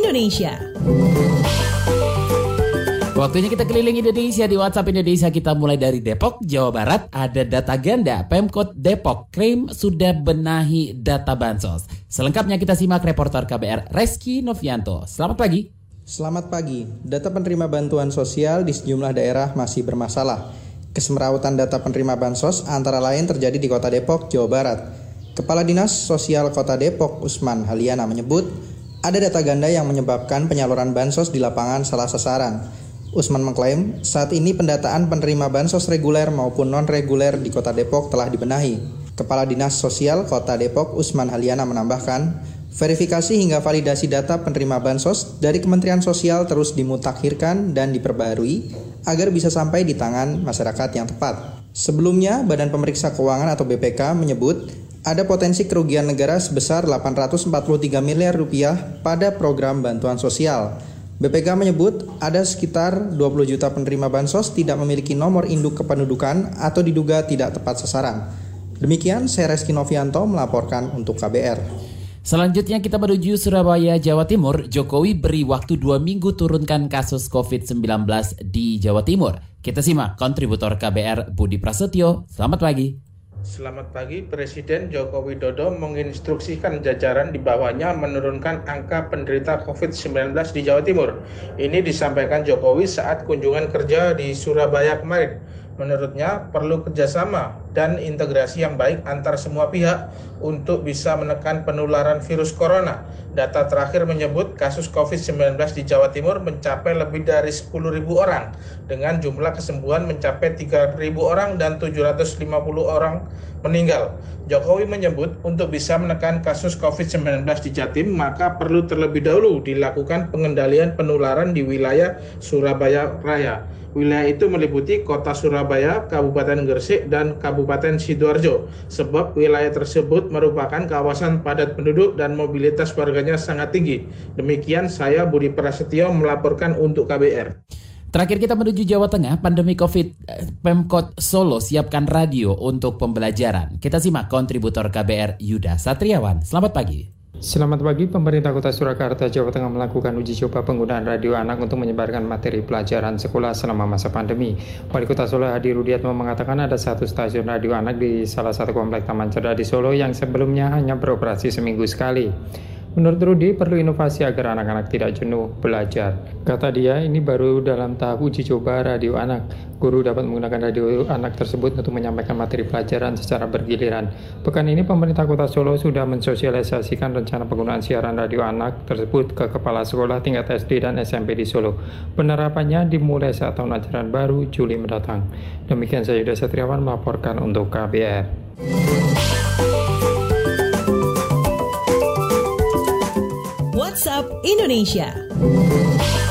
Indonesia. Waktunya kita keliling Indonesia di WhatsApp Indonesia. Kita mulai dari Depok, Jawa Barat. Ada data ganda, Pemkot Depok klaim sudah benahi data bansos. Selengkapnya kita simak reporter KBR Reski Novianto. Selamat pagi. Selamat pagi. Data penerima bantuan sosial di sejumlah daerah masih bermasalah. Kesemrawutan data penerima bansos antara lain terjadi di Kota Depok, Jawa Barat. Kepala Dinas Sosial Kota Depok, Usman Haliana menyebut, ada data ganda yang menyebabkan penyaluran bansos di lapangan salah sasaran. Usman mengklaim saat ini pendataan penerima bansos reguler maupun non-reguler di Kota Depok telah dibenahi. Kepala Dinas Sosial Kota Depok Usman Haliana menambahkan, verifikasi hingga validasi data penerima bansos dari Kementerian Sosial terus dimutakhirkan dan diperbarui agar bisa sampai di tangan masyarakat yang tepat. Sebelumnya, Badan Pemeriksa Keuangan atau BPK menyebut ada potensi kerugian negara sebesar 843 miliar rupiah pada program bantuan sosial. BPK menyebut ada sekitar 20 juta penerima bansos tidak memiliki nomor induk kependudukan atau diduga tidak tepat sasaran. Demikian, saya Reski Novianto melaporkan untuk KBR. Selanjutnya kita menuju Surabaya, Jawa Timur. Jokowi beri waktu 2 minggu turunkan kasus COVID-19 di Jawa Timur. Kita simak kontributor KBR Budi Prasetyo. Selamat pagi. Selamat pagi, Presiden Joko Widodo menginstruksikan jajaran di bawahnya menurunkan angka penderita COVID-19 di Jawa Timur. Ini disampaikan Jokowi saat kunjungan kerja di Surabaya kemarin. Menurutnya perlu kerjasama dan integrasi yang baik antar semua pihak untuk bisa menekan penularan virus corona. Data terakhir menyebut kasus COVID-19 di Jawa Timur mencapai lebih dari 10.000 orang dengan jumlah kesembuhan mencapai 3.000 orang dan 750 orang meninggal. Jokowi menyebut untuk bisa menekan kasus COVID-19 di Jatim maka perlu terlebih dahulu dilakukan pengendalian penularan di wilayah Surabaya Raya. Wilayah itu meliputi Kota Surabaya, Kabupaten Gresik, dan Kabupaten Sidoarjo. Sebab wilayah tersebut merupakan kawasan padat penduduk dan mobilitas warganya sangat tinggi. Demikian saya Budi Prasetyo melaporkan untuk KBR. Terakhir kita menuju Jawa Tengah, pandemi COVID, Pemkot Solo siapkan radio untuk pembelajaran. Kita simak kontributor KBR Yuda Satriawan. Selamat pagi. Selamat pagi, pemerintah Kota Surakarta, Jawa Tengah melakukan uji coba penggunaan radio anak untuk menyebarkan materi pelajaran sekolah selama masa pandemi. Wali Kota Solo Hadi Rudiatmo mengatakan ada 1 stasiun radio anak di salah satu komplek Taman Cerdas di Solo yang sebelumnya hanya beroperasi seminggu sekali. Menurut Rudi, perlu inovasi agar anak-anak tidak jenuh belajar. Kata dia, ini baru dalam tahap uji coba radio anak. Guru dapat menggunakan radio anak tersebut untuk menyampaikan materi pelajaran secara bergiliran. Pekan ini, pemerintah Kota Solo sudah mensosialisasikan rencana penggunaan siaran radio anak tersebut ke kepala sekolah tingkat SD dan SMP di Solo. Penerapannya dimulai saat tahun ajaran baru Juli mendatang. Demikian saya Yuda Satriawan melaporkan untuk KBR. WhatsApp Indonesia.